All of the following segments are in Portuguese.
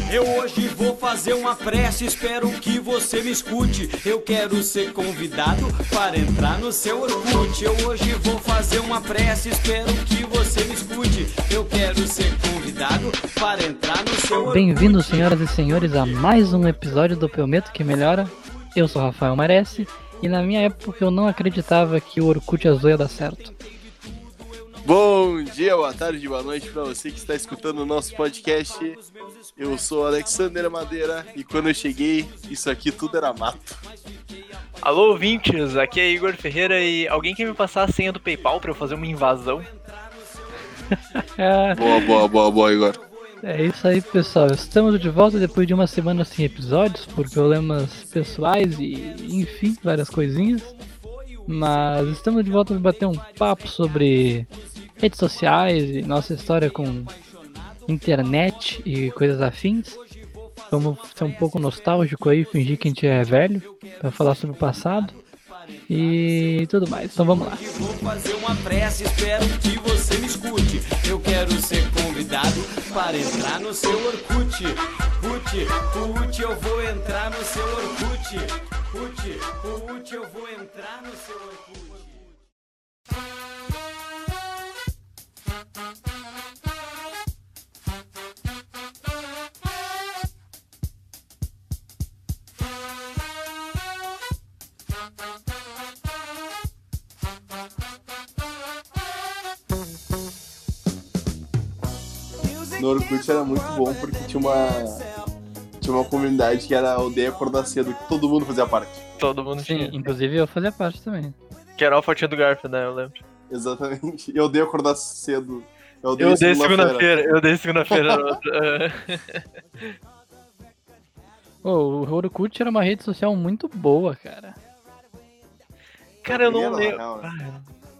Eu hoje vou fazer uma prece, espero que você me escute. Eu quero ser convidado para entrar no seu Orkut. Eu hoje vou fazer uma prece, espero que você me escute. Eu quero ser convidado para entrar no seu Orkut. Bem-vindos, senhoras e senhores, a mais um episódio do Pelmeto que Melhora. Eu sou Rafael Maresi e na minha época eu não acreditava que o Orkut azul ia dar certo. Bom dia, boa tarde, boa noite para você que está escutando o nosso podcast. Eu sou Alexander Madeira e quando eu cheguei, isso aqui tudo era mato. Alô, ouvintes, aqui é Igor Ferreira e alguém quer me passar a senha do PayPal para eu fazer uma invasão? Boa, Igor. É isso aí, pessoal. Estamos de volta depois de uma semana sem episódios, por problemas pessoais e, enfim, várias coisinhas. Mas estamos de volta para bater um papo sobre redes sociais e nossa história com internet e coisas afins. Vamos ser um pouco nostálgico aí, fingir que a gente é velho, para falar sobre o passado e tudo mais. Então vamos lá. Vou fazer uma prece, espero que você me escute. Eu quero ser convidado para entrar no seu Orkut. Put, eu vou entrar no seu Orkut. Put, eu vou entrar no seu Orkut. No Orkut era muito bom porque tinha uma comunidade que era a aldeia acordar cedo, que todo mundo fazia parte. Todo mundo Sim, tinha. inclusive eu fazia parte também. Que era a fotinha do Garfield, né? Eu lembro. Exatamente. Eu odeio acordar cedo. Eu odeio segunda-feira. O Orkut era uma rede social muito boa, cara. Cara, eu não Primeira, lembro. na real, né?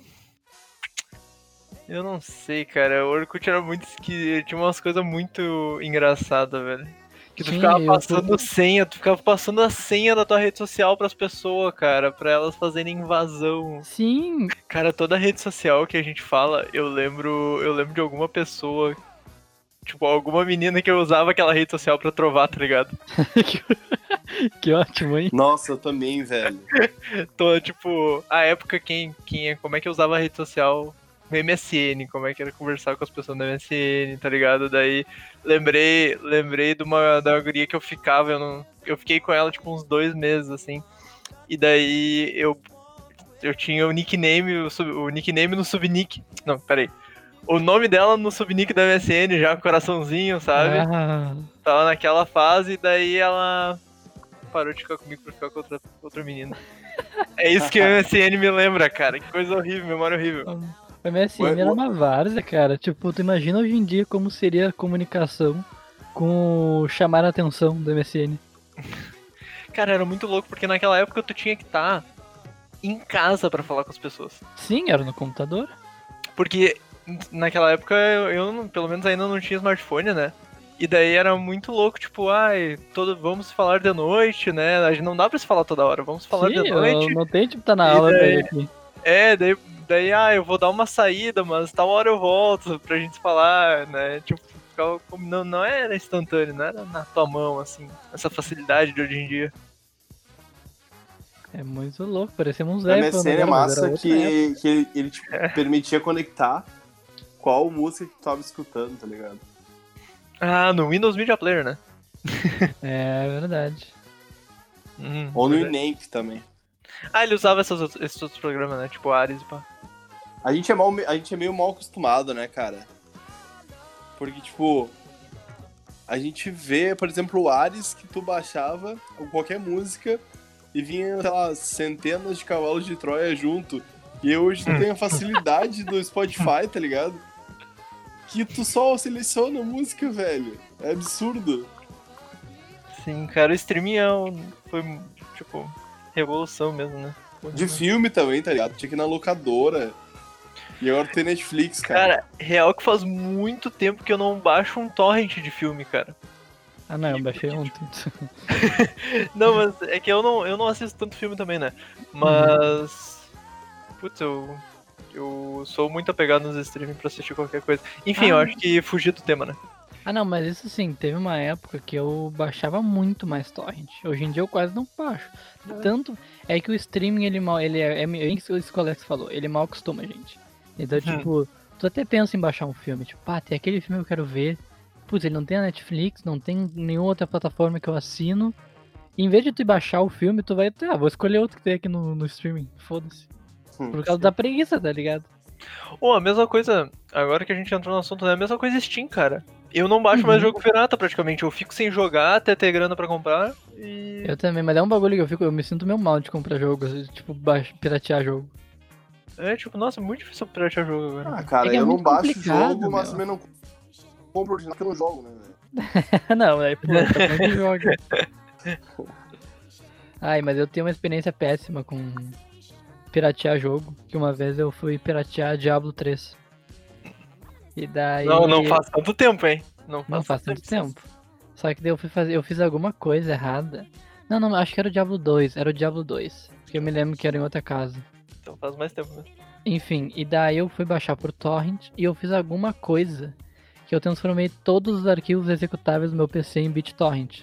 Eu não sei, cara. O Orkut era muito esquisito. Tinha umas coisas muito engraçadas, velho. Que tu Sim, ficava eu- passando senha, tu ficava passando a senha da tua rede social pras pessoas, cara, pra elas fazerem invasão. Sim, Cara, toda rede social que a gente fala, eu lembro de alguma pessoa, tipo, alguma menina que usava aquela rede social pra trovar, tá ligado? que ótimo, hein? Nossa, eu também, velho. Tô, tipo, a época como é que eu usava a rede social no MSN, como é que era conversar com as pessoas no MSN, tá ligado? Daí lembrei da guria que eu ficava, eu fiquei com ela tipo uns 2 meses, assim, e daí eu tinha o nickname, o nickname no subnick, não, peraí, o nome dela no subnick da MSN já, coraçãozinho, sabe? Ah, Tava naquela fase, e daí ela parou de ficar comigo pra ficar com outra menina. É isso que o MSN me lembra, cara. Que coisa horrível, memória horrível. o MSN era uma várzea, cara. Tipo, tu imagina hoje em dia como seria a comunicação com o chamar a atenção do MSN. Cara, era muito louco, porque naquela época tu tinha que estar em casa pra falar com as pessoas. Sim, era no computador. Porque naquela época pelo menos ainda não tinha smartphone, né? E daí era muito louco, tipo, vamos falar de noite, né? A gente não dá pra se falar toda hora, vamos falar Sim, de noite. não tem tipo tá na E aula daí- daí aqui. Daí, eu vou dar uma saída, mas tal hora eu volto pra gente se falar, né? Tipo, não era instantâneo, não era na tua mão, assim, essa facilidade de hoje em dia. É muito louco, parecemos uns O velhos. MSN é massa que ele te permitia conectar qual música que tu tava escutando, tá ligado? Ah, no Windows Media Player, né? É verdade. Ou no Verdade. Inamp também. Ah, ele usava esses outros programas, né? Tipo Ares e pá. A gente é meio mal acostumado, né, cara? Porque, tipo, a gente vê, por exemplo, o Ares que tu baixava qualquer música e vinha, sei lá, centenas de cavalos de Troia junto. E hoje tu tem a facilidade do Spotify, tá ligado? Que tu só seleciona a música, velho. É absurdo. Sim, cara, o streaming foi, tipo, revolução mesmo, né? De filme também, tá ligado? Tinha que ir na locadora. E agora tem Netflix, cara. Cara, real que faz muito tempo que eu não baixo um torrent de filme, cara. Ah não, eu baixei ontem. Não, mas é que eu não assisto tanto filme também, né? Mas... Putz, eu sou muito apegado nos streaming pra assistir qualquer coisa. Enfim, eu acho que fugir do tema, né? Ah, não, mas isso sim, teve uma época que eu baixava muito mais torrent. Hoje em dia eu quase não baixo. Tanto é que o streaming, ele mal, ele é isso que o Alex falou, ele mal acostuma a gente. Então, tipo, tu até pensa em baixar um filme, tipo, tem aquele filme que eu quero ver. Putz, ele não tem a Netflix, não tem nenhuma outra plataforma que eu assino. E em vez de tu ir baixar o filme, tu vai, vou escolher outro que tem aqui no streaming, foda-se. Por causa da preguiça, tá ligado? A mesma coisa, agora que a gente entrou no assunto, é a mesma coisa Steam, cara. Eu não baixo mais jogo pirata praticamente, eu fico sem jogar até ter grana pra comprar e... Eu também, mas é um bagulho que eu me sinto meio mal de comprar jogo, tipo, piratear jogo. É, tipo, nossa, é muito difícil piratear jogo agora. Ah, cara, É que é eu não muito baixo complicado, jogo, mas meu. também não compro original que eu não jogo, né, velho? Não, aí, pô, tá bom que joga. Ai, mas eu tenho uma experiência péssima com piratear jogo, que uma vez eu fui piratear Diablo 3. E daí... Não faz tanto tempo, hein? Não faz tanto tempo. Só que daí eu fiz alguma coisa errada. Não, acho que era o Diablo 2, era o Diablo 2. Porque eu me lembro que era em outra casa. Então faz mais tempo mesmo. Enfim, e daí eu fui baixar por torrent e eu fiz alguma coisa que eu transformei todos os arquivos executáveis do meu PC em BitTorrent.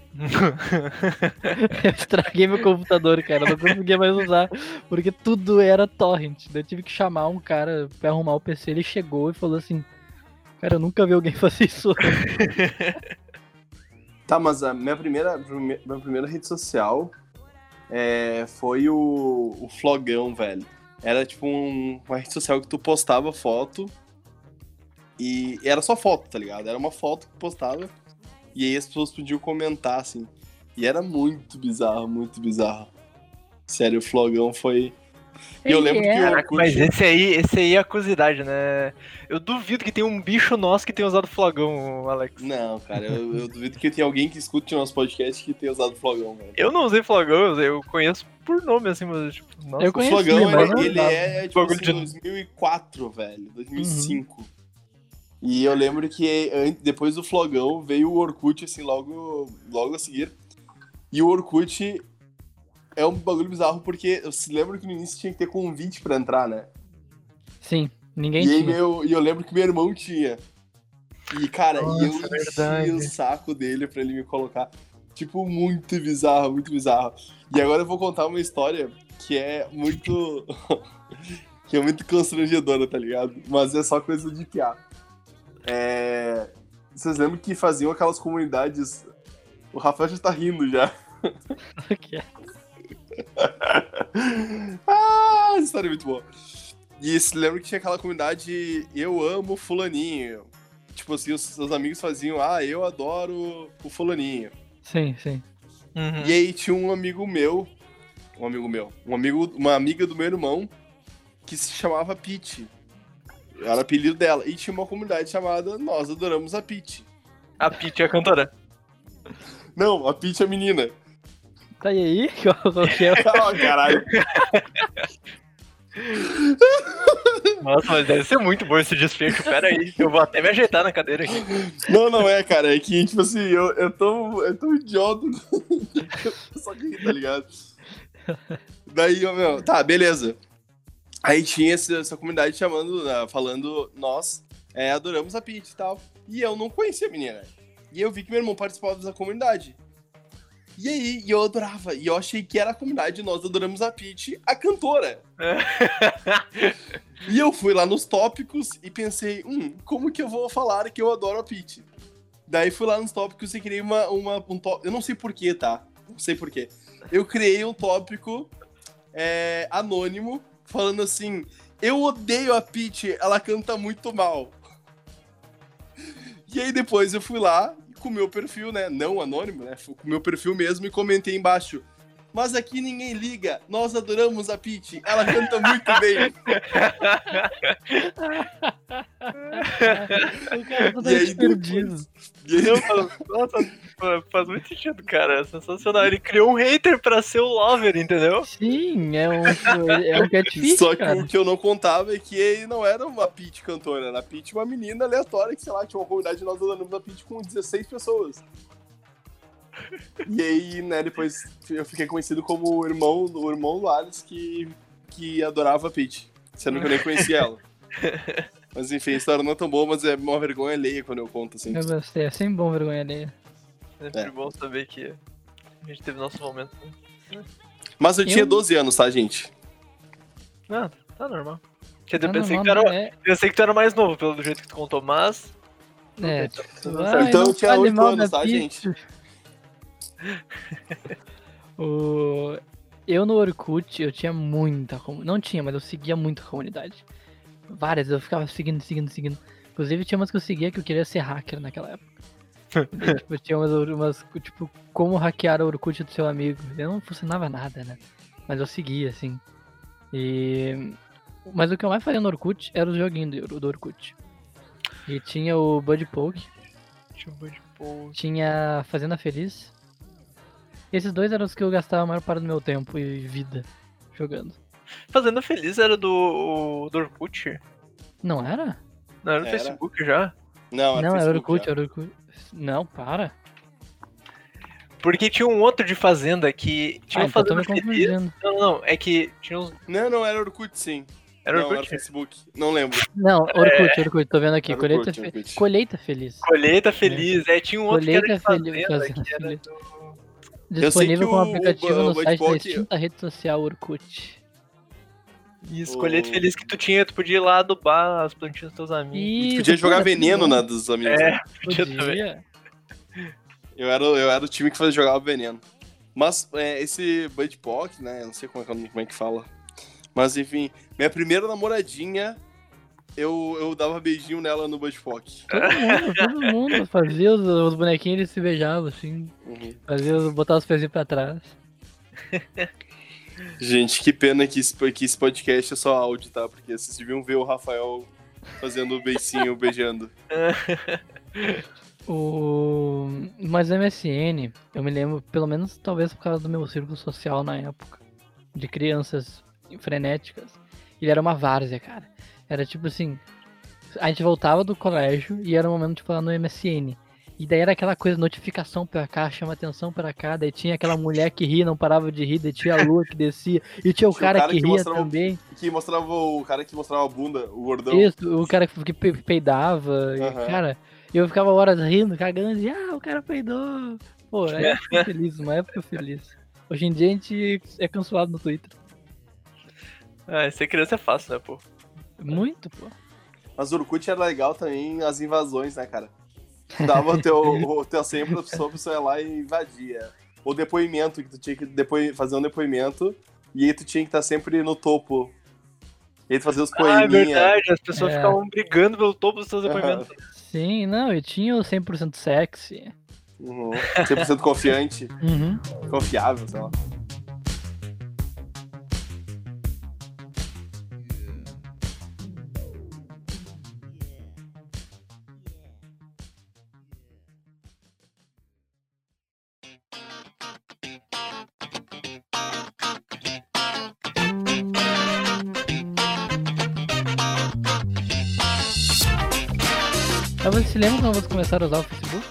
Eu estraguei meu computador, cara, eu não conseguia mais usar, porque tudo era torrent. Daí eu tive que chamar um cara pra arrumar o PC, ele chegou e falou assim, cara, eu nunca vi alguém fazer isso. Tá, mas a minha primeira rede social foi o Flogão, velho. Era tipo uma rede social que tu postava foto e era só foto, tá ligado? Era uma foto que postava e aí as pessoas podiam comentar, assim. E era muito bizarro, muito bizarro. Sério, o Flogão foi... E eu lembro que o Caraca, Orkut... mas esse aí é a curiosidade, né? Eu duvido que tenha um bicho nosso que tenha usado flogão, Alex. Não, cara, eu duvido que tenha alguém que escute o nosso podcast que tenha usado Flogão, velho. Eu não usei flogão, eu conheço por nome, assim, mas tipo, nossa. Eu O conhecia, Flogão, mas não ele usava. é tipo Bagulho assim, de- 2004, velho, 2005. E eu lembro que depois do Flogão veio o Orkut, assim, logo a seguir. E o Orkut é um bagulho bizarro porque eu se lembro que no início tinha que ter convite pra entrar, né? Sim, ninguém E aí tinha. e eu lembro que meu irmão tinha. E, cara, Nossa, eu é verdade. enchi o saco dele pra ele me colocar. Tipo, muito bizarro, muito bizarro. E agora eu vou contar uma história que é muito... que é muito constrangedora, tá ligado? Mas é só coisa de piar. Vocês lembram que faziam aquelas comunidades... O Rafael já tá rindo já. Essa história é muito boa. E se lembra que tinha aquela comunidade Eu Amo Fulaninho. Tipo assim, os seus amigos faziam eu adoro o Fulaninho. Sim. Uhum. E aí tinha uma amiga do meu irmão que se chamava Pete. Era o apelido dela. E tinha uma comunidade chamada Nós Adoramos a Pete. A Pete é a cantora. Não, a Pete é a menina. Tá e aí? Qual que é? Caralho. Nossa, mas deve ser muito bom esse desfecho. Pera aí, eu vou até me ajeitar na cadeira aqui. Não é, cara. É que, tipo assim, eu tô idiota. Só que, tá ligado? Daí, meu, tá, beleza. Aí tinha essa comunidade falando, nós adoramos a Pete e tal. E eu não conhecia a menina. E eu vi que meu irmão participava dessa comunidade. E aí, eu adorava. E eu achei que era a comunidade Nós Adoramos a Pete, a cantora. E eu fui lá nos tópicos e pensei, como que eu vou falar que eu adoro a Pete? Daí fui lá nos tópicos e criei um tópico. Eu não sei porquê, tá? Não sei porquê. Eu criei um tópico anônimo, falando assim, eu odeio a Pete, ela canta muito mal. E aí depois eu fui lá com o meu perfil, né? Não anônimo, né? Fui com o meu perfil mesmo e comentei embaixo. Mas aqui ninguém liga, nós adoramos a Pete, ela canta muito bem. O cara tá E aí perdido. Nossa, faz muito sentido, cara. É sensacional. Ele criou um hater pra ser o lover, entendeu? Sim, é um catfish, Só que cara. o que eu não contava é que ele não era uma Pete cantora, era a Pete uma menina aleatória que, sei lá, tinha uma comunidade de nós adoramos a Pete com 16 pessoas. E aí, né, depois eu fiquei conhecido como o irmão do Alice que adorava a Peach, sendo que eu nem conhecia ela. Mas enfim, a história não é tão boa, mas é uma vergonha alheia quando eu conto, assim. Eu gostei, é sempre bom vergonha alheia. É sempre bom saber que a gente teve nosso momento. Mas eu tinha Eu- 12 anos, tá, gente? Ah, tá normal. Quer dizer, Tá eu pensei, normal, que tu era, né? pensei que tu era mais novo, pelo jeito que tu contou, mas... É, Tudo tipo, bem, ai, Então não eu tinha fale 8 mal anos, da tá, pizza. Eu no Orkut, eu tinha muita comunidade. Não tinha, mas eu seguia muito a comunidade. Várias, eu ficava seguindo. Inclusive tinha umas que eu seguia que eu queria ser hacker naquela época. Daí, tipo, tinha umas, tipo, como hackear o Orkut do seu amigo. Eu não funcionava nada, né? Mas eu seguia, assim. Mas o que eu mais fazia no Orkut era os joguinhos do Orkut. E tinha o Bud Poke, Deixa eu ver de boa. tinha Fazenda Feliz. Esses dois eram os que eu gastava a maior parte do meu tempo e vida jogando. Fazenda Feliz era do Orkut? Não era? Não, era do Era. Facebook já? Não, Não, era Facebook Orkut, já. era Orkut. Não, para. Porque tinha um outro de Fazenda que tinha Ah, um então tô Fazenda me Feliz. confundindo. Não, é que tinha uns... Não, era Orkut, sim. Era Não, era Orkut? Facebook. Não lembro. Não, Orkut, tô vendo aqui. Era Colheita, Orkut, Orkut. Colheita Feliz. Colheita Feliz. É, tinha um outro que era de Colheita Feliz, Fazenda, Fazenda que era Feliz. do... Disponível que como o aplicativo no Bud site da Poke- extinta rede social Orkut. Isso, O- Colheita Feliz que tu podia ir lá adubar as plantinhas dos teus amigos. A gente E podia jogar puta, veneno tudo na bom. dos amigos. né? Podia também. Podia. Eu era o time que jogava veneno. Mas esse Bud Poke, né? Eu não sei como é que fala. Mas enfim, minha primeira namoradinha, eu dava beijinho nela no Bud Poke. Todo mundo fazia os bonequinhos, eles se beijavam, assim. Botava os pezinhos pra trás. Gente, que pena que esse podcast é só áudio, tá? Porque vocês deviam ver o Rafael fazendo o beicinho, beijando. Mas MSN, eu me lembro, pelo menos talvez por causa do meu círculo social na época, de crianças frenéticas, ele era uma várzea, cara. Era tipo assim, a gente voltava do colégio e era o momento de falar no MSN. E daí era aquela coisa, notificação pra cá, chama atenção pra cá, daí tinha aquela mulher que ria, não parava de rir, daí tinha a lua que descia, e tinha o cara que ria mostrava- também. Que mostrava o cara que mostrava a bunda, o gordão. Isso, o cara que peidava, e, Aham. cara, eu ficava horas rindo, cagando, e o cara peidou. Pô, é época feliz, uma época feliz. Hoje em dia a gente é cancelado no Twitter. Ah, ser criança é fácil, né, pô? Muito, pô. Mas o Orkut era legal também, as invasões, né, cara? Tu dava o teu senha pra pessoa ia lá e invadia. O depoimento, que tu tinha que fazer um depoimento, e aí tu tinha que estar sempre no topo. E aí tu fazia os Ah, é poeminha. verdade, as pessoas É. ficavam brigando pelo topo dos seus depoimentos. Sim, não, eu tinha o 100% sexy. Uhum. 100% confiante, Uhum. confiável, sei lá. Mas você se lembra quando vocês começaram a usar o Facebook?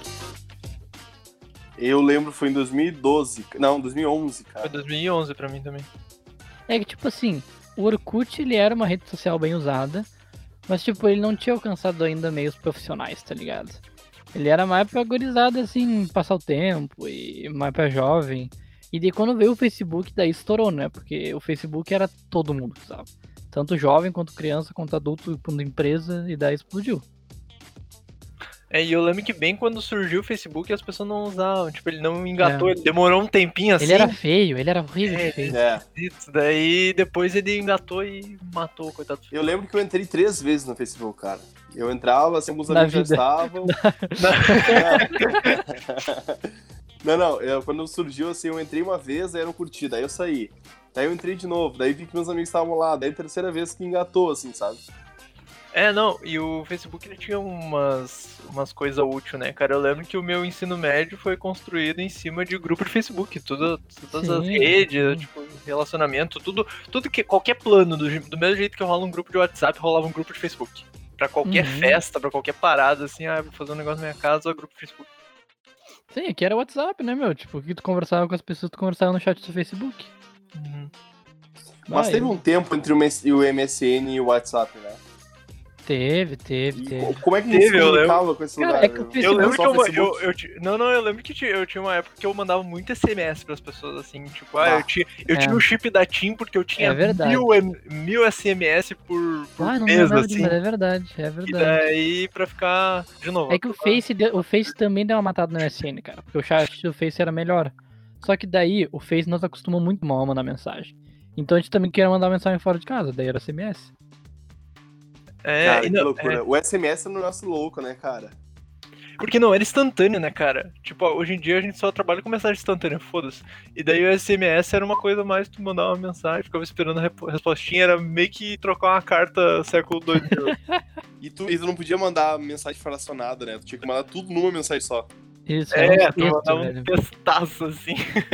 Eu lembro, foi em 2012. Não, 2011, Foi cara. 2011 pra mim também. É que, tipo assim, o Orkut, ele era uma rede social bem usada, mas, tipo, ele não tinha alcançado ainda meios profissionais, tá ligado? Ele era mais pra gurizada, assim, passar o tempo, e mais pra jovem. E daí quando veio o Facebook, daí estourou, né? Porque o Facebook era todo mundo que usava. Tanto jovem, quanto criança, quanto adulto, quanto empresa, e daí explodiu. É, e eu lembro que bem quando surgiu o Facebook as pessoas não usavam, tipo, ele não engatou, ele demorou um tempinho assim. Ele era feio, ele era horrível de É. feio. É. Isso, daí depois ele engatou e matou o coitado do Eu lembro que eu entrei 3 vezes no Facebook, cara. Eu entrava, assim, alguns Na amigos já vida. estavam. Não, quando surgiu, assim, eu entrei uma vez, aí eu não curti, daí eu saí. Daí eu entrei de novo, daí vi que meus amigos estavam lá, daí a terceira vez que engatou, assim, sabe? É, não, e o Facebook ele tinha umas coisas úteis, né, cara? Eu lembro que o meu ensino médio foi construído em cima de grupo de Facebook, todas as Sim, redes, sim. tipo, relacionamento, tudo que, qualquer plano, do mesmo jeito que rola um grupo de WhatsApp, rolava um grupo de Facebook. Pra qualquer Uhum. festa, pra qualquer parada, assim, vou fazer um negócio na minha casa, grupo de Facebook. Sim, aqui era WhatsApp, né, meu? Tipo, que tu conversava com as pessoas, tu conversava no chat do Facebook. Mas Vai, teve um tempo entre o MSN e o WhatsApp, né? Teve. Como é que a gente se Teve, eu comunicava com esse Cara, lugar? é que o Eu Facebook- lembro Só que Facebook? eu lembro que eu tinha uma época que eu mandava muito SMS pras pessoas, assim, tipo, Ah, eu tinha o chip da TIM porque eu tinha É verdade. mil SMS por não mês, lembrava disso, assim. mas é verdade. E daí, pra ficar, de novo... É que o Face também deu uma matada no MSN, cara. Porque o chat do Face era melhor. Só que daí o Face nos acostumou muito mal a mandar mensagem. Então a gente também queria mandar mensagem fora de casa, daí era SMS. Cara, e que não, loucura. O SMS é no nosso louco, né, cara? porque não, era instantâneo, né, cara? Tipo, hoje em dia a gente só trabalha com mensagem instantânea, foda-se. E daí o SMS era uma coisa mais, tu mandar uma mensagem, ficava esperando a respostinha, era meio que trocar uma carta século 2000. E tu não podia mandar mensagem fracionada, né? Tu tinha que mandar tudo numa mensagem só. Isso, era um Tu texto, mandava velho. um testaço, assim.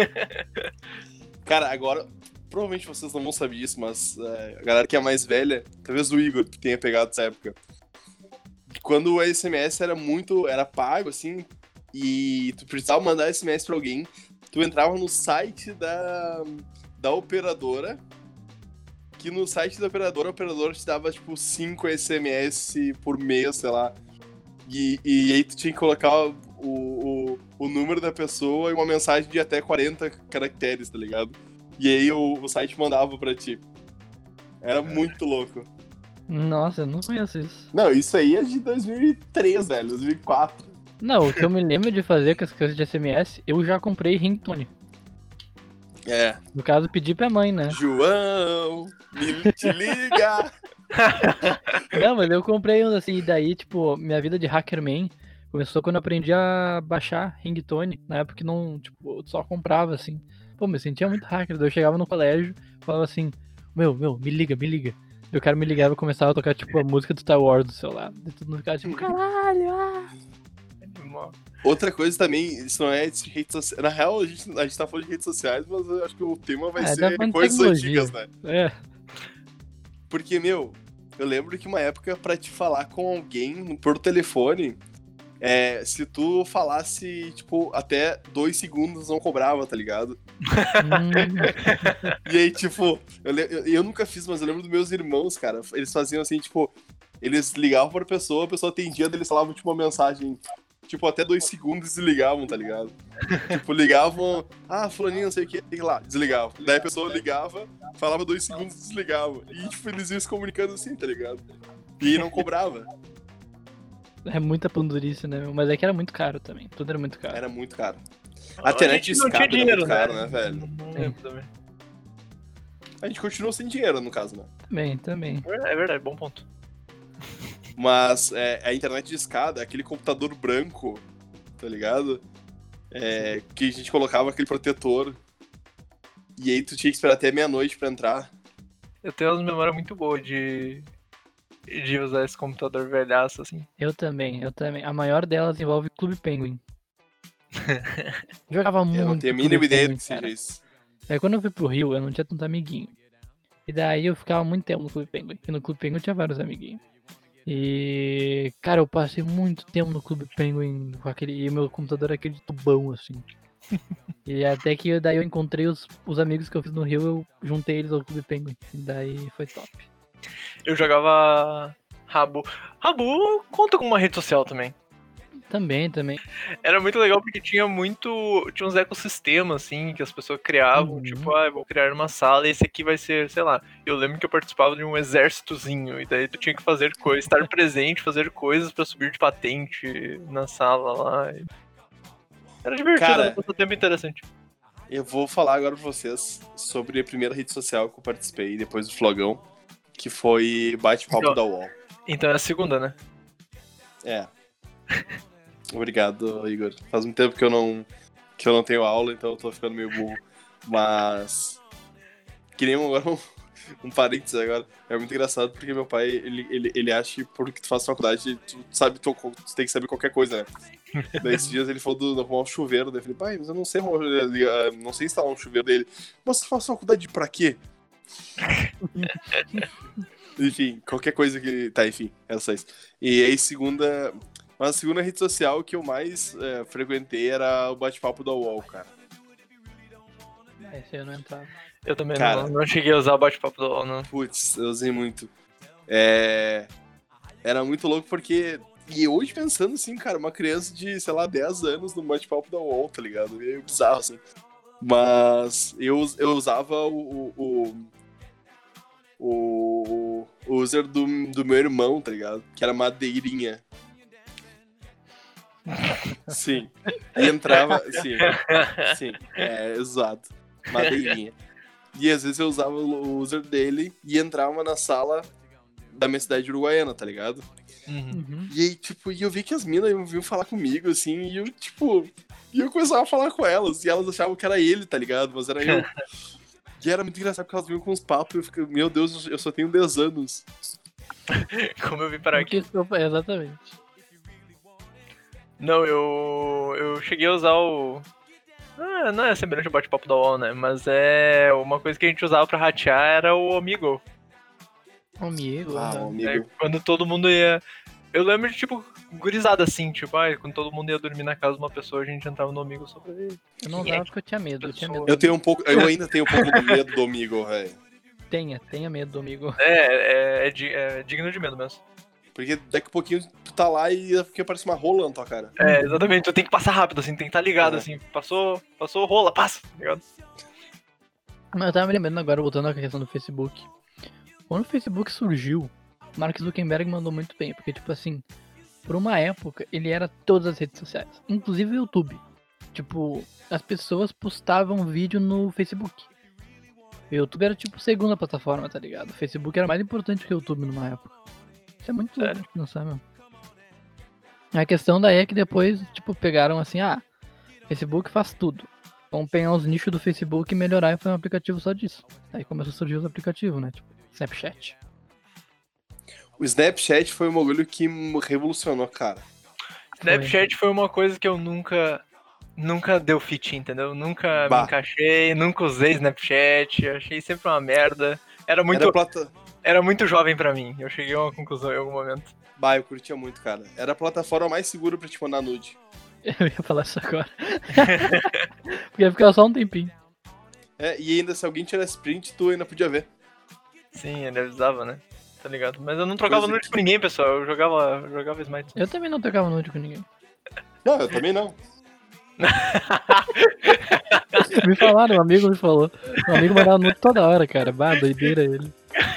Cara, agora, provavelmente vocês não vão saber disso, mas a galera que é mais velha, talvez o Igor que tenha pegado essa época. Quando o SMS era pago, assim, e tu precisava mandar SMS pra alguém, tu entrava no site da operadora, que no site da operadora, a operadora te dava, tipo, 5 SMS por mês, sei lá. E aí tu tinha que colocar o número da pessoa e uma mensagem de até 40 caracteres, tá ligado? E aí o site mandava pra ti. Era muito louco. Nossa, eu não conheço isso. Não, isso aí é de 2003, velho, 2004. Não, o que eu me lembro de fazer com as coisas de SMS, eu já comprei ringtone. É. No caso, pedi pra mãe, né? João, me te liga! Não, mas eu comprei uns assim, e daí, tipo, minha vida de hackerman começou quando eu aprendi a baixar ringtone. Na época que não, tipo, eu só comprava, assim. Pô, me sentia muito hacker. Daí eu chegava no colégio, falava assim, meu, me liga. E o cara me ligava e começava a tocar, tipo, a música do Star Wars do celular. Daí todo mundo ficava tipo, caralho, Outra coisa também, isso não é de redes sociais. Na real, a gente tá falando de redes sociais, mas eu acho que o tema vai tá ser falando de coisas tecnologia. antigas, né? É, Porque, meu, eu lembro que uma época pra te falar com alguém por telefone, se tu falasse, tipo, até 2 segundos não cobrava, tá ligado? E aí, tipo, eu nunca fiz, mas eu lembro dos meus irmãos, cara. Eles faziam assim, tipo, eles ligavam pra pessoa, a pessoa atendia, daí eles falavam, tipo, uma mensagem, tipo, até 2 segundos e desligavam, tá ligado? Tipo, ligavam, fulaninho, não sei o que, tem lá, desligavam. Daí a pessoa ligava, falava 2 segundos e desligava. E, tipo, eles iam se comunicando assim, tá ligado? E não cobrava. é muita pandurice, né? Mas é que era muito caro também. Tudo era muito caro. Era muito caro. A internet de não tinha escada era dinheiro, muito caro, né, velho? Não lembro também. A gente continuou sem dinheiro, no caso, né? Também. É verdade, bom ponto. Mas a internet de escada, aquele computador branco, tá ligado? Que a gente colocava aquele protetor. E aí tu tinha que esperar até meia-noite pra entrar. Eu tenho umas memórias muito boas de usar esse computador velhaço, assim. Eu também. A maior delas envolve Clube Penguin. Jogava muito. Eu não tenho a Clube mínima ideia do Penguin, que seja cara. isso. Aí quando eu fui pro Rio, eu não tinha tanto amiguinho. E daí eu ficava muito tempo no Clube Penguin. E no Clube Penguin eu tinha vários amiguinhos. E, cara, eu passei muito tempo no Clube Penguin com aquele. E meu computador era aquele tubão, assim. E até que daí eu encontrei os amigos que eu fiz no Rio, eu juntei eles ao Clube Penguin. E daí foi top. Eu jogava Rabu. Rabu conta com uma rede social também. Também. Era muito legal porque tinha uns ecossistemas, assim, que as pessoas criavam, Uhum. tipo, vou criar uma sala e esse aqui vai ser, sei lá. Eu lembro que eu participava de um exércitozinho, e daí tu tinha que fazer coisas, estar presente, fazer coisas pra subir de patente na sala lá. Era divertido, Cara, era um tempo interessante. Eu vou falar agora pra vocês sobre a primeira rede social que eu participei depois do Flogão, que foi Bate-Papo Então. da UOL. Então é a segunda, né? É. Obrigado, Igor. Faz muito tempo que eu não tenho aula, então eu tô ficando meio burro. Mas queria agora um parênteses agora. É muito engraçado porque meu pai, ele acha que porque tu faz faculdade, tu tem que saber qualquer coisa, né? Daí esses dias ele falou do arrumar um chuveiro, daí eu falei, pai, mas eu não sei não sei instalar um chuveiro dele. Mas você faz faculdade pra quê? Enfim, qualquer coisa que... Tá, enfim, era só isso. E aí, Mas a segunda rede social que eu mais frequentei era o Bate-Papo da UOL, cara. Esse aí eu não entrava. Eu também Cara. não cheguei a usar o bate-papo do UOL, não. Putz, eu usei muito. Era muito louco porque... E hoje pensando assim, cara, uma criança de, sei lá, 10 anos no bate-papo da UOL, tá ligado? Meio bizarro, assim. Mas eu usava o user do meu irmão, tá ligado? Que era Madeirinha. Sim. E entrava... Sim, exato. Madeirinha. E às vezes eu usava o user dele e entrava na sala da minha cidade de Uruguaiana, tá ligado? Uhum. E aí, tipo, eu vi que as minas vinham falar comigo, assim, e eu, tipo... E eu começava a falar com elas, e elas achavam que era ele, tá ligado? Mas era eu. E era muito engraçado porque elas vinham com uns papos e eu fiquei, meu Deus, eu só tenho 10 anos. Como eu vim parar aqui. Exatamente. Não, eu cheguei a usar o... não é semelhante ao bate-papo da UOL, né? Mas é uma coisa que a gente usava pra ratear era o Omegle. Amigo. Ah, né? o amigo. É, quando todo mundo ia... Eu lembro de, tipo, gurizada assim, tipo, quando todo mundo ia dormir na casa de uma pessoa, a gente entrava no Omegle só pra ver. Eu não usava porque eu tinha medo. Eu tinha medo. Eu ainda tenho um pouco do medo do amigo, velho. Tenha medo do amigo. É digno de medo mesmo. Porque daqui a pouquinho tu tá lá e fica parece uma rola na tua cara. É, exatamente, tu tem que passar rápido, assim, tem que estar ligado, É. assim, passou rola, passa, tá ligado? Mas eu tava me lembrando agora, voltando à questão do Facebook. Quando o Facebook surgiu, Mark Zuckerberg mandou muito bem, porque, tipo assim, por uma época, ele era todas as redes sociais, inclusive o YouTube. Tipo, as pessoas postavam vídeo no Facebook. O YouTube era, tipo, segunda plataforma, tá ligado? O Facebook era mais importante que o YouTube numa época. Isso é muito louco de pensar, meu. A questão daí é que depois, tipo, pegaram assim, Facebook faz tudo. Vamos pegar os nichos do Facebook e melhorar e fazer um aplicativo só disso. Aí começou a surgir os aplicativos, né? Tipo, Snapchat. O Snapchat foi um bagulho que revolucionou, cara. Snapchat foi uma coisa que eu nunca deu fit, entendeu? Nunca me encaixei, nunca usei Snapchat, achei sempre uma merda. Era muito jovem pra mim, eu cheguei a uma conclusão em algum momento. Eu curtia muito, cara. Era a plataforma mais segura pra te mandar nude. Eu ia falar isso agora. Porque ia ficar só um tempinho. E ainda se alguém tirasse print, tu ainda podia ver. Sim, ele avisava, né? Tá ligado? Mas eu não trocava nude com ninguém, pessoal. Eu jogava Smite. Eu também não trocava nude com ninguém. Não, eu também não. Me falaram, um amigo me falou. Um amigo mandava nude toda hora, cara. Doideira ele.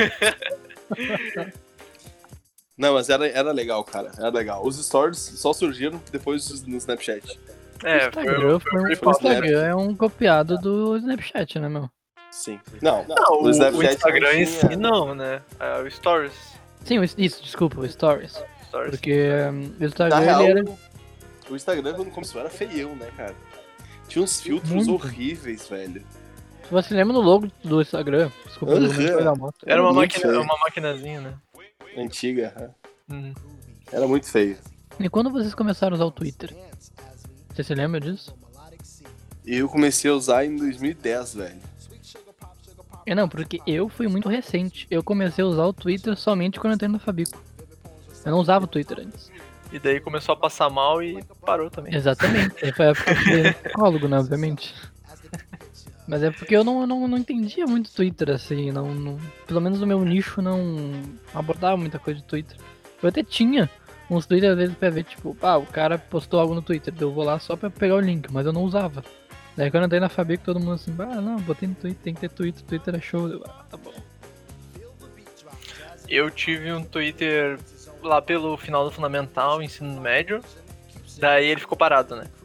Não, mas era legal, cara. Era legal. Os stories só surgiram depois no Snapchat. O Instagram é um copiado do Snapchat, né, meu? Sim. Não, o Instagram em si não, né? O Stories. Sim, isso, desculpa, o Stories. Porque o Instagram, na real, ele era... O Instagram, quando começou, era feião, né, cara? Tinha uns filtros horríveis, velho. Você lembra do logo do Instagram? Desculpa, da moto. Era uma maquinazinha, né? Antiga. Era muito feio. E quando vocês começaram a usar o Twitter? Você se lembra disso? Eu comecei a usar em 2010, velho. Não, porque eu fui muito recente. Eu comecei a usar o Twitter somente quando eu entrei no Fabico. Eu não usava o Twitter antes. E daí começou a passar mal e parou também. Exatamente. Aí foi a época que eu fui psicólogo, né, obviamente. Mas é porque eu não entendia muito Twitter, assim, pelo menos o meu nicho não abordava muita coisa de Twitter. Eu até tinha uns Twitter às vezes pra ver, tipo, o cara postou algo no Twitter, eu vou lá só pra pegar o link, mas eu não usava. Daí quando eu entrei na Fabico, todo mundo assim, não, botei no Twitter, tem que ter Twitter é show. Tá bom. Eu tive um Twitter lá pelo final do Fundamental, ensino médio, daí ele ficou parado, né?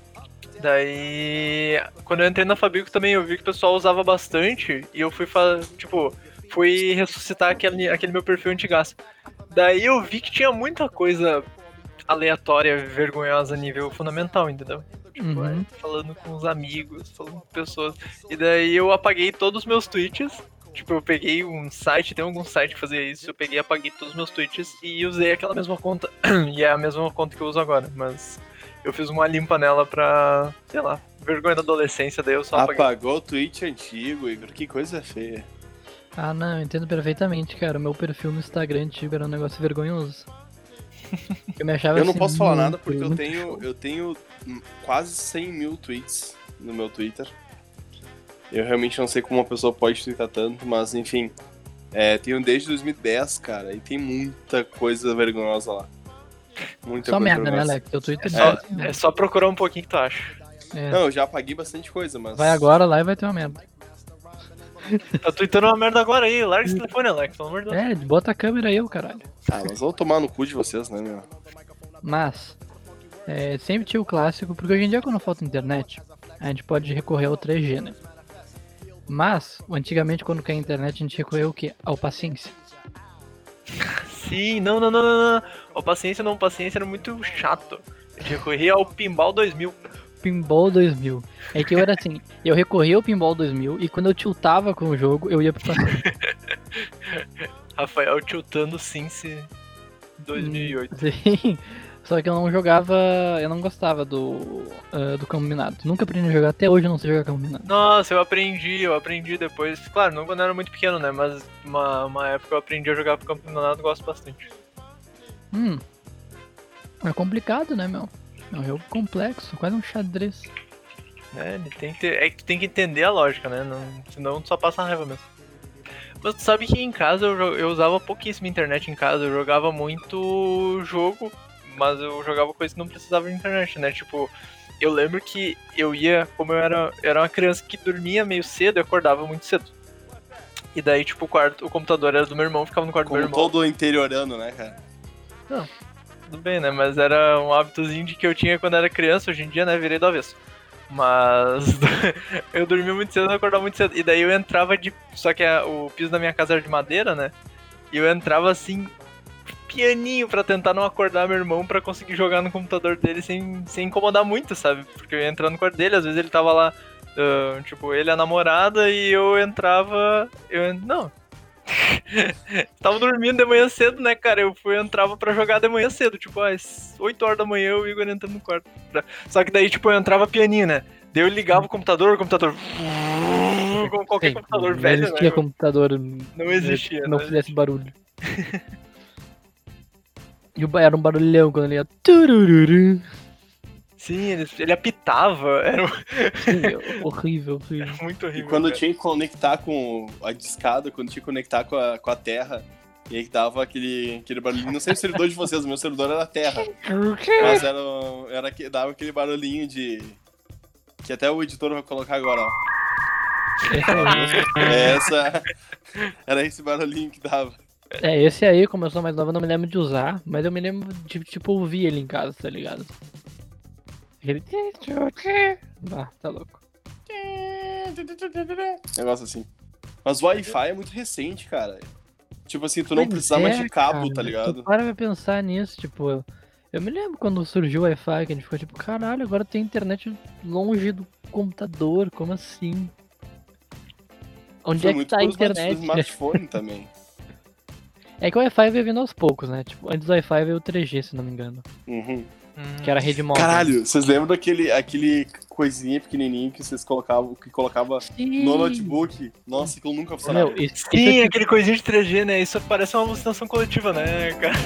Daí, quando eu entrei na Fabico também, eu vi que o pessoal usava bastante e eu fui ressuscitar aquele meu perfil antigaço. Daí eu vi que tinha muita coisa aleatória, vergonhosa a nível fundamental, entendeu? Tipo, falando com os amigos, falando com pessoas. E daí eu apaguei todos os meus tweets. Tipo, eu peguei um site, tem algum site que fazia isso, eu peguei e apaguei todos os meus tweets e usei aquela mesma conta. E é a mesma conta que eu uso agora, mas eu fiz uma limpa nela pra, sei lá, vergonha da adolescência, daí eu só apaguei. Apagou o tweet antigo, Igor, que coisa feia. Não, eu entendo perfeitamente, cara. O meu perfil no Instagram antigo era um negócio vergonhoso. Eu me achava Eu não assim, posso falar nada porque eu tenho quase 100 mil tweets no meu Twitter. Eu realmente não sei como uma pessoa pode twittar tanto, mas enfim. Tenho desde 2010, cara, e tem muita coisa vergonhosa lá. Muita Só coisa merda, né, vergonhosa. Alex? Teu Twitter É só procurar um pouquinho que tu acha. Não, eu já apaguei bastante coisa, mas... Vai agora lá e vai ter uma merda. Tá tweetando uma merda agora aí, larga esse telefone, Alex, pelo amor de Deus. Bota a câmera aí, ô caralho. Mas vou tomar no cu de vocês, né, meu? Mas, sempre tinha o clássico, porque hoje em dia quando falta internet, a gente pode recorrer ao 3G, né? Mas, antigamente quando cai a internet, a gente recorreu ao quê? Ao paciência. Sim, não. O paciência era muito chato. Eu recorri ao Pinball 2000. Pinball 2000. É que eu era assim, eu recorria ao Pinball 2000 e quando eu tiltava com o jogo, eu ia pro paciência. Rafael tiltando Cincy 2008. Sim, só que eu não jogava, eu não gostava do campo minado. Nunca aprendi a jogar, até hoje eu não sei jogar campo minado. Nossa, eu aprendi depois. Claro, não quando eu era muito pequeno, né? Mas uma época eu aprendi a jogar pro campeonato, gosto bastante. É complicado, né, meu? É um jogo complexo, quase um xadrez. Ele tem que ter, tu tem que entender a lógica, né? Senão tu só passa raiva mesmo. Mas tu sabe que em casa eu usava pouquíssimo internet em casa, eu jogava muito jogo, mas eu jogava coisas que não precisava de internet, né? Tipo, eu lembro que eu ia, como eu era uma criança que dormia meio cedo, eu acordava muito cedo. E daí, tipo, o computador era do meu irmão, ficava no quarto do meu Como irmão. todo interiorano, né, cara? Não, tudo bem, né? Mas era um hábitozinho que eu tinha quando era criança, hoje em dia, né, virei do avesso. Mas eu dormia muito cedo e acordava muito cedo. E daí eu entrava Só que o piso da minha casa era de madeira, né? E eu entrava assim, pianinho, pra tentar não acordar meu irmão pra conseguir jogar no computador dele sem incomodar muito, sabe? Porque eu ia entrar no quarto dele, às vezes ele tava lá, tipo, ele a namorada, e eu entrava. Não. Tava dormindo de manhã cedo, né, cara? Eu entrava pra jogar de manhã cedo, tipo, às 8 horas da manhã o Igor entrando no quarto. Só que daí, tipo, eu entrava pianinho, né? Daí eu ligava o computador. Como qualquer computador velho, né? Não existia computador. Não existia. Que não fizesse barulho. E era um barulhão quando ele ia. Turururu. Sim, ele apitava. Sim, horrível. Muito horrível. E quando cara. tinha que conectar com a discada, quando tinha que conectar com a terra, e aí dava aquele barulhinho. Não sei o servidor de vocês, o meu servidor era terra. Mas dava aquele barulhinho de. Que até o editor vai colocar agora, ó. Era esse barulhinho que dava. Esse aí, como eu sou mais nova, eu não me lembro de usar, mas eu me lembro de, tipo, ouvir ele em casa, tá ligado? Ele... tá louco. Negócio assim. Mas o Wi-Fi é muito recente, cara. Tipo assim, tu não precisava mais de cabo, cara, tá ligado? Tu para pra pensar nisso, tipo... Eu me lembro quando surgiu o Wi-Fi, que a gente ficou tipo, caralho, agora tem internet longe do computador, como assim? Onde é que tá a internet? Foi smartphone também. É que o Wi-Fi veio vindo aos poucos, né? Tipo, antes do Wi-Fi veio o 3G, se não me engano. Uhum. Que era a rede móvel. Caralho, vocês lembram aquele coisinha pequenininho que vocês colocava no notebook? Nossa, que eu nunca funcionava. Sim, aquele coisinho de 3G, né? Isso parece uma alucinação coletiva, né, cara?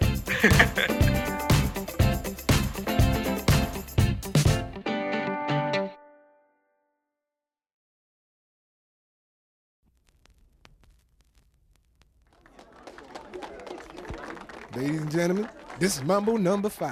Ladies and gentlemen, this is Mambo number 5.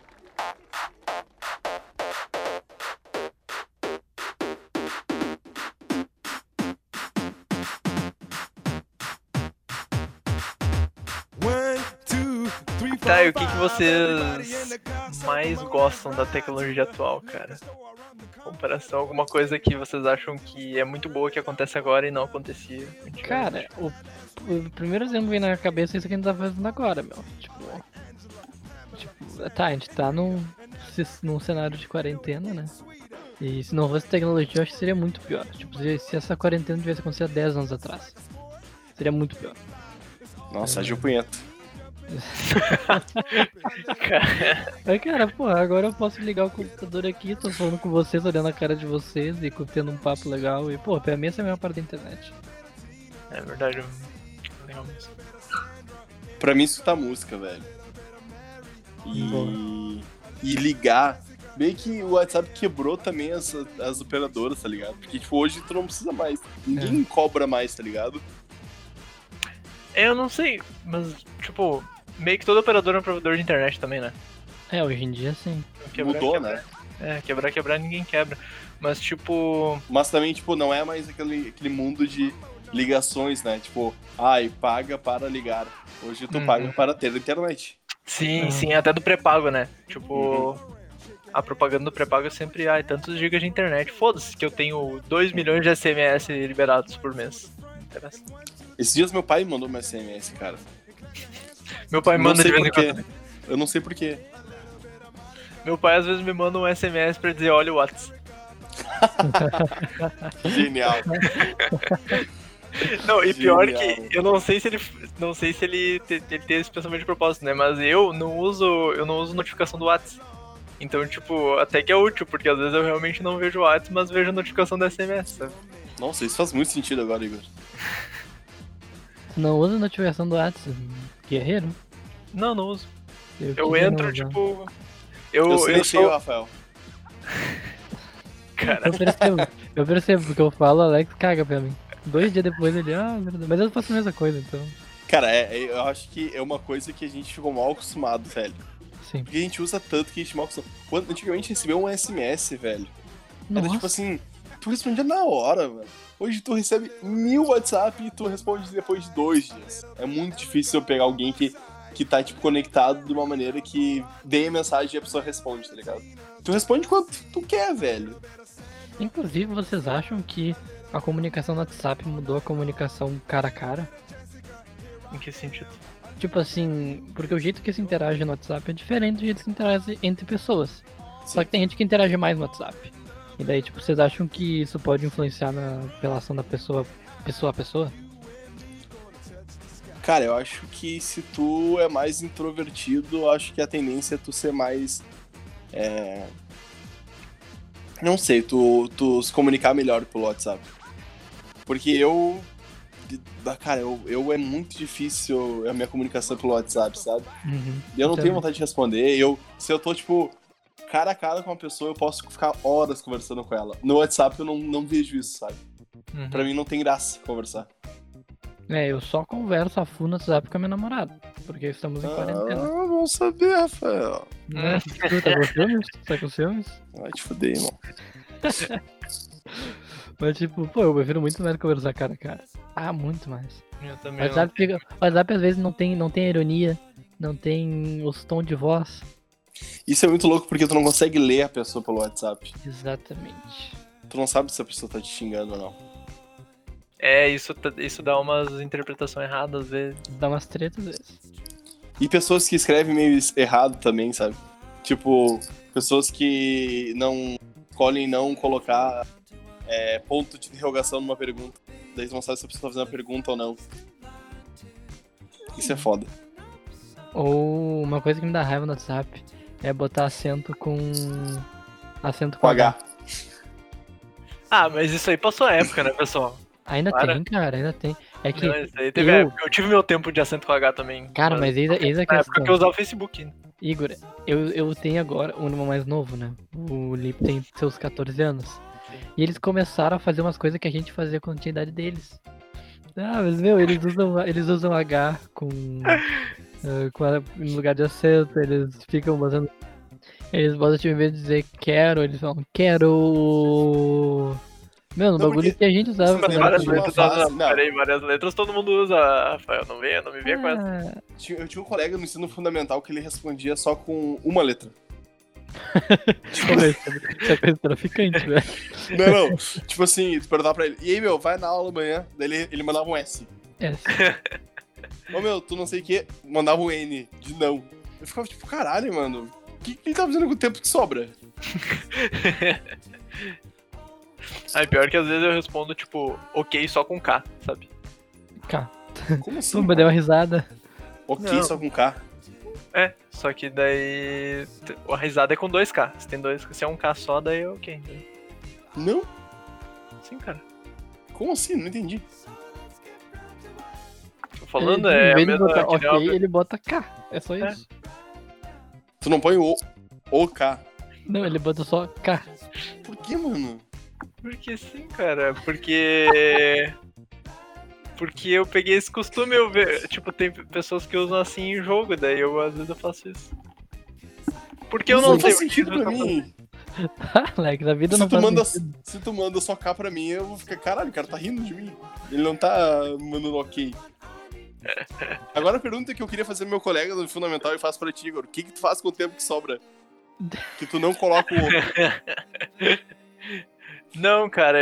Tá, e o que vocês mais gostam da tecnologia atual, cara? Em comparação a alguma coisa que vocês acham que é muito boa que acontece agora e não acontecia antigamente? Cara, o primeiro exemplo que vem na cabeça é isso que a gente tá fazendo agora, meu. Tipo, tá, a gente tá num cenário de quarentena, né? E se não fosse tecnologia, eu acho que seria muito pior. Tipo, se essa quarentena tivesse acontecido há 10 anos atrás, seria muito pior. Nossa, Gil Punheta. Mas, cara, porra, agora eu posso ligar o computador aqui, tô falando com vocês, olhando a cara de vocês e tendo um papo legal. E, pô, pra mim essa é a melhor parte da internet. É verdade, legal mesmo. Pra mim escutar música, velho. E ligar. Bem que o WhatsApp quebrou também as operadoras, tá ligado? Porque, tipo, hoje tu não precisa mais. Ninguém cobra mais, tá ligado? Eu não sei, mas, tipo, meio que todo operador é um provedor de internet também, né? Hoje em dia sim. Mudou, né? Quebrar ninguém quebra. Mas, tipo... Mas também, tipo, não é mais aquele mundo de ligações, né? Tipo, paga para ligar. Hoje tu paga para ter internet. Sim, até do pré-pago, né? Tipo, a propaganda do pré-pago é sempre, tantos gigas de internet. Foda-se que eu tenho 2 milhões de SMS liberados por mês. Não interessa. Esses dias meu pai mandou uma SMS, cara. Meu pai Não manda sei de vez em porquê. quando. Eu não sei porquê. Meu pai às vezes me manda um SMS pra dizer, olha o WhatsApp. Genial. Não, e pior Genial. que eu não sei se ele tem esse pensamento de propósito, né? Mas eu não uso notificação do WhatsApp. Então, tipo, até que é útil, porque às vezes eu realmente não vejo o WhatsApp, mas vejo a notificação do SMS, sabe? Nossa, isso faz muito sentido agora, Igor. Não usa notificação do WhatsApp, guerreiro? Não uso. Eu queria entro, não usar. tipo... Eu silenciei o sou... Rafael. Cara, Eu percebo, porque eu falo, Alex caga pra mim. 2 dias depois ele, verdade. Mas eu faço a mesma coisa, então. Cara, eu acho que é uma coisa que a gente ficou mal acostumado, velho. Sim. Porque a gente usa tanto que a gente mal acostumado. Quando antigamente recebeu um SMS, velho. Era Nossa. tipo assim, tu respondia na hora, mano. Hoje tu recebe 1000 WhatsApp e tu responde depois de 2 dias. É muito difícil eu pegar alguém que tá, tipo, conectado de uma maneira que dê a mensagem e a pessoa responde, tá ligado? Tu responde quando tu quer, velho. Inclusive, vocês acham que a comunicação no WhatsApp mudou a comunicação cara a cara? em que sentido? Tipo assim, porque o jeito que se interage no WhatsApp é diferente do jeito que se interage entre pessoas. Só que tem gente que interage mais no WhatsApp. E daí, tipo, vocês acham que isso pode influenciar na relação da pessoa a pessoa? Cara, eu acho que se tu é mais introvertido, eu acho que a tendência é tu ser mais... Não sei, tu se comunicar melhor pelo WhatsApp. Porque cara, eu é muito difícil a minha comunicação pelo WhatsApp, sabe? E eu não tenho vontade de responder. Se eu tô, tipo, cara a cara com uma pessoa, eu posso ficar horas conversando com ela. No WhatsApp eu não vejo isso, sabe? Pra mim não tem graça conversar. Eu só converso a full no WhatsApp com a minha namorada. Porque estamos em quarentena. Vamos saber, Rafael. Né? Tu tá com ciúmes? Tá com ciúmes? Vai te fuder, irmão. Mas tipo, eu prefiro muito mais conversar cara a cara. Muito mais. Eu O também. WhatsApp às vezes não tem ironia, não tem os tons de voz. Isso é muito louco porque tu não consegue ler a pessoa pelo WhatsApp. Exatamente. Tu não sabe se a pessoa tá te xingando ou não. Isso dá umas interpretações erradas às vezes. Dá umas tretas às vezes. E pessoas que escrevem meio errado também, sabe? Tipo, pessoas que não escolhem não colocar ponto de interrogação numa pergunta. Daí tu não sabe se a pessoa tá fazendo uma pergunta ou não. Isso é foda. Ou uma coisa que me dá raiva no WhatsApp é botar acento com Com H. Mas isso aí passou a época, né, pessoal? Ainda tem, cara, ainda tem. É que Não, isso aí teve época. Eu tive meu tempo de acento com H também. Cara, mas eis a Na época questão. que eu usava o Facebook. Igor, eu tenho agora um irmão mais novo, né? O Lipe tem seus 14 anos. Sim. E eles começaram a fazer umas coisas que a gente fazia quando tinha a idade deles. Mas eles usam H no lugar de acento, eles ficam botando. Eles botam tipo, em vez de dizer quero, eles falam quero. Meu, no Não, bagulho porque- que a gente usava. Mas quando várias era letras- criança. fase, não. Peraí, várias letras todo mundo usa, Rafael. Não me venha com essa. Eu tinha um colega no ensino fundamental que ele respondia só com uma letra. Isso é coisa traficante, velho. Não. Tipo assim, tu perguntava pra ele, e aí, meu, vai na aula amanhã? Daí ele mandava um S. Ô, meu, tu não sei o que, mandava um N de não. Eu ficava tipo, caralho, mano, o que ele tá fazendo com o tempo que sobra? Pior que às vezes eu respondo, tipo, ok só com K, sabe? Cá. Como assim? Tumba, deu uma risada. Ok, Não. só com K. Só que daí a risada é com 2K. Se tem 2K, se é um K só, daí é ok. Não? Sim, cara. Como assim? Não entendi. Tô falando, Em é a vez de mesma botar que ok, nem ele bota K. É só isso. Tu não põe o K. Não, ele bota só K. Por que, mano? Porque sim, cara. Porque Porque eu peguei esse costume, eu ver, tipo, tem pessoas que usam assim em jogo, daí eu às vezes eu faço isso. Porque eu não faz sei. sentido pra mim. Alex, a vida Se não tu, faz manda, sentido. se tu manda só cá pra mim, eu vou ficar, caralho, o cara tá rindo de mim. Ele não tá mandando ok. Agora a pergunta que eu queria fazer pro meu colega do Fundamental e faço pra ti, Igor. O que tu faz com o tempo que sobra? Que tu não coloca o ovo. Não, cara,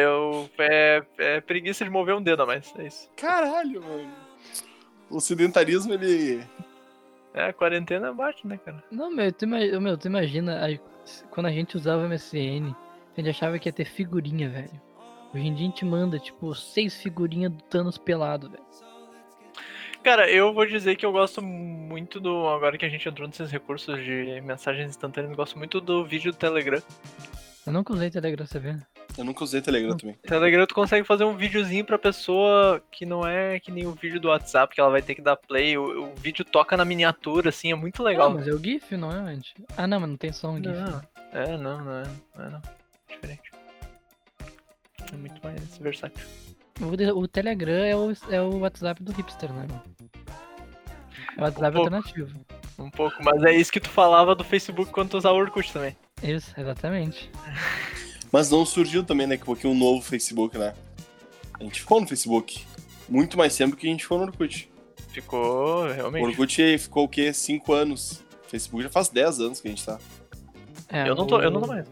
é preguiça de mover um dedo a mais, é isso. Caralho, mano. O sedentarismo, ele... A quarentena bate, né, cara? Não, tu imagina quando a gente usava MSN, a gente achava que ia ter figurinha, velho. Hoje em dia a gente manda, tipo, 6 figurinhas do Thanos pelado, velho. Cara, eu vou dizer que eu gosto muito do... Agora que a gente entrou nesses recursos de mensagens instantâneas, eu gosto muito do vídeo do Telegram. Eu nunca usei Telegram, você vê? Eu nunca usei Telegram também. Telegram tu consegue fazer um videozinho pra pessoa que não é que nem o vídeo do WhatsApp, que ela vai ter que dar play, o vídeo toca na miniatura, assim, é muito legal. Não, mas é o GIF, não é, gente? Ah, não, mas não tem som GIF. Não é. Diferente. É muito mais versátil. O Telegram é o WhatsApp do hipster, né? É o WhatsApp pouco. alternativo. Um pouco, mas é isso que tu falava do Facebook quando tu usava o Orkut também. Isso, exatamente. Mas não surgiu também, né, que um novo Facebook, né? A gente ficou no Facebook. Muito mais tempo que a gente ficou no Orkut. Ficou, realmente. O Orkut ficou o quê? 5 anos. O Facebook já faz 10 anos que a gente tá. Eu não tô mais.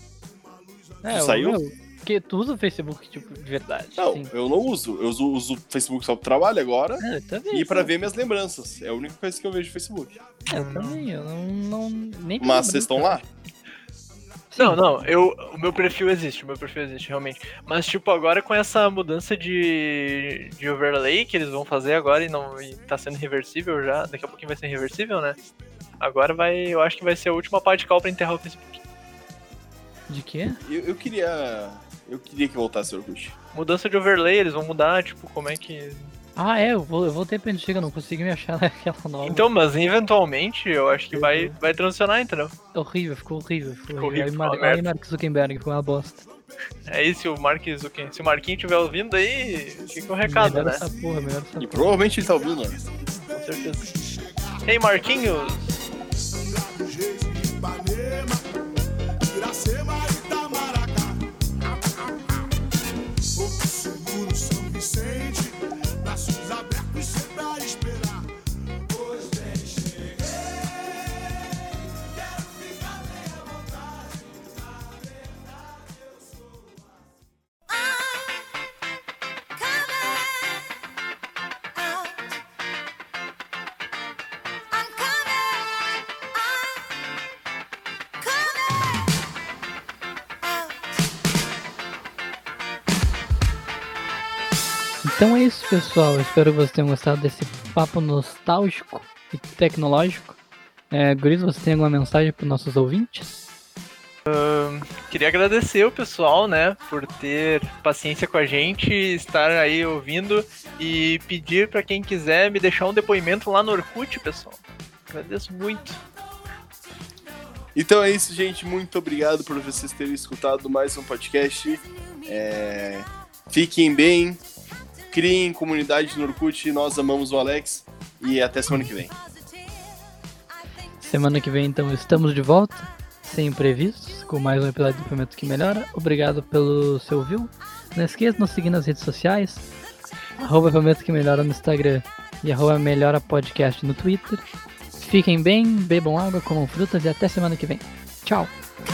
Tu saiu? Porque tu usa o Facebook, tipo, de verdade. Não, sim. eu não uso. Eu uso o Facebook só pro trabalho agora Eu também. e pra ver minhas lembranças. É a única coisa que eu vejo no Facebook. Eu também, eu não nem Mas vocês estão lá? Sim. Não, o meu perfil existe, realmente. Mas, tipo, agora com essa mudança de overlay que eles vão fazer agora e tá sendo reversível já, daqui a pouquinho vai ser reversível, né? Agora eu acho que vai ser a última pá de cal pra enterrar o Facebook. De quê? Eu queria que voltasse o Orkut. Mudança de overlay, eles vão mudar, tipo, como é que... Ah, eu voltei pra antiga, não consegui me achar naquela nova. Então, mas eventualmente eu acho que vai transicionar, entendeu? Ficou horrível. Ficou Aí Mark Zuckerberg, ficou uma bosta. É isso, se o Marquinhos estiver ouvindo aí, fica um recado, melhor né? Essa porra, melhor essa E porra. provavelmente ele tá ouvindo, né? Com certeza. Ei, Marquinhos! Iracema e Itamaracá. Porto Seguro, São Vicente, braços abertos sempre a esperar. Pois bem, cheguei, quero ficar bem à vontade. Na verdade eu sou Então é isso, pessoal. Espero que vocês tenham gostado desse papo nostálgico e tecnológico. Guris, você tem alguma mensagem para nossos ouvintes? Queria agradecer o pessoal, né, por ter paciência com a gente, estar aí ouvindo e pedir pra quem quiser me deixar um depoimento lá no Orkut, pessoal. Agradeço muito. Então é isso, gente. Muito obrigado por vocês terem escutado mais um podcast. Fiquem bem. Criem comunidade no Orkut. Nós amamos o Alex. E até semana que vem. Semana que vem, então, estamos de volta, sem imprevistos, com mais um episódio do Depoimento que Melhora. Obrigado pelo seu view. Não esqueça de nos seguir nas redes sociais. @Depoimento que Melhora no Instagram e @Melhora Podcast no Twitter. Fiquem bem, bebam água, comam frutas e até semana que vem. Tchau!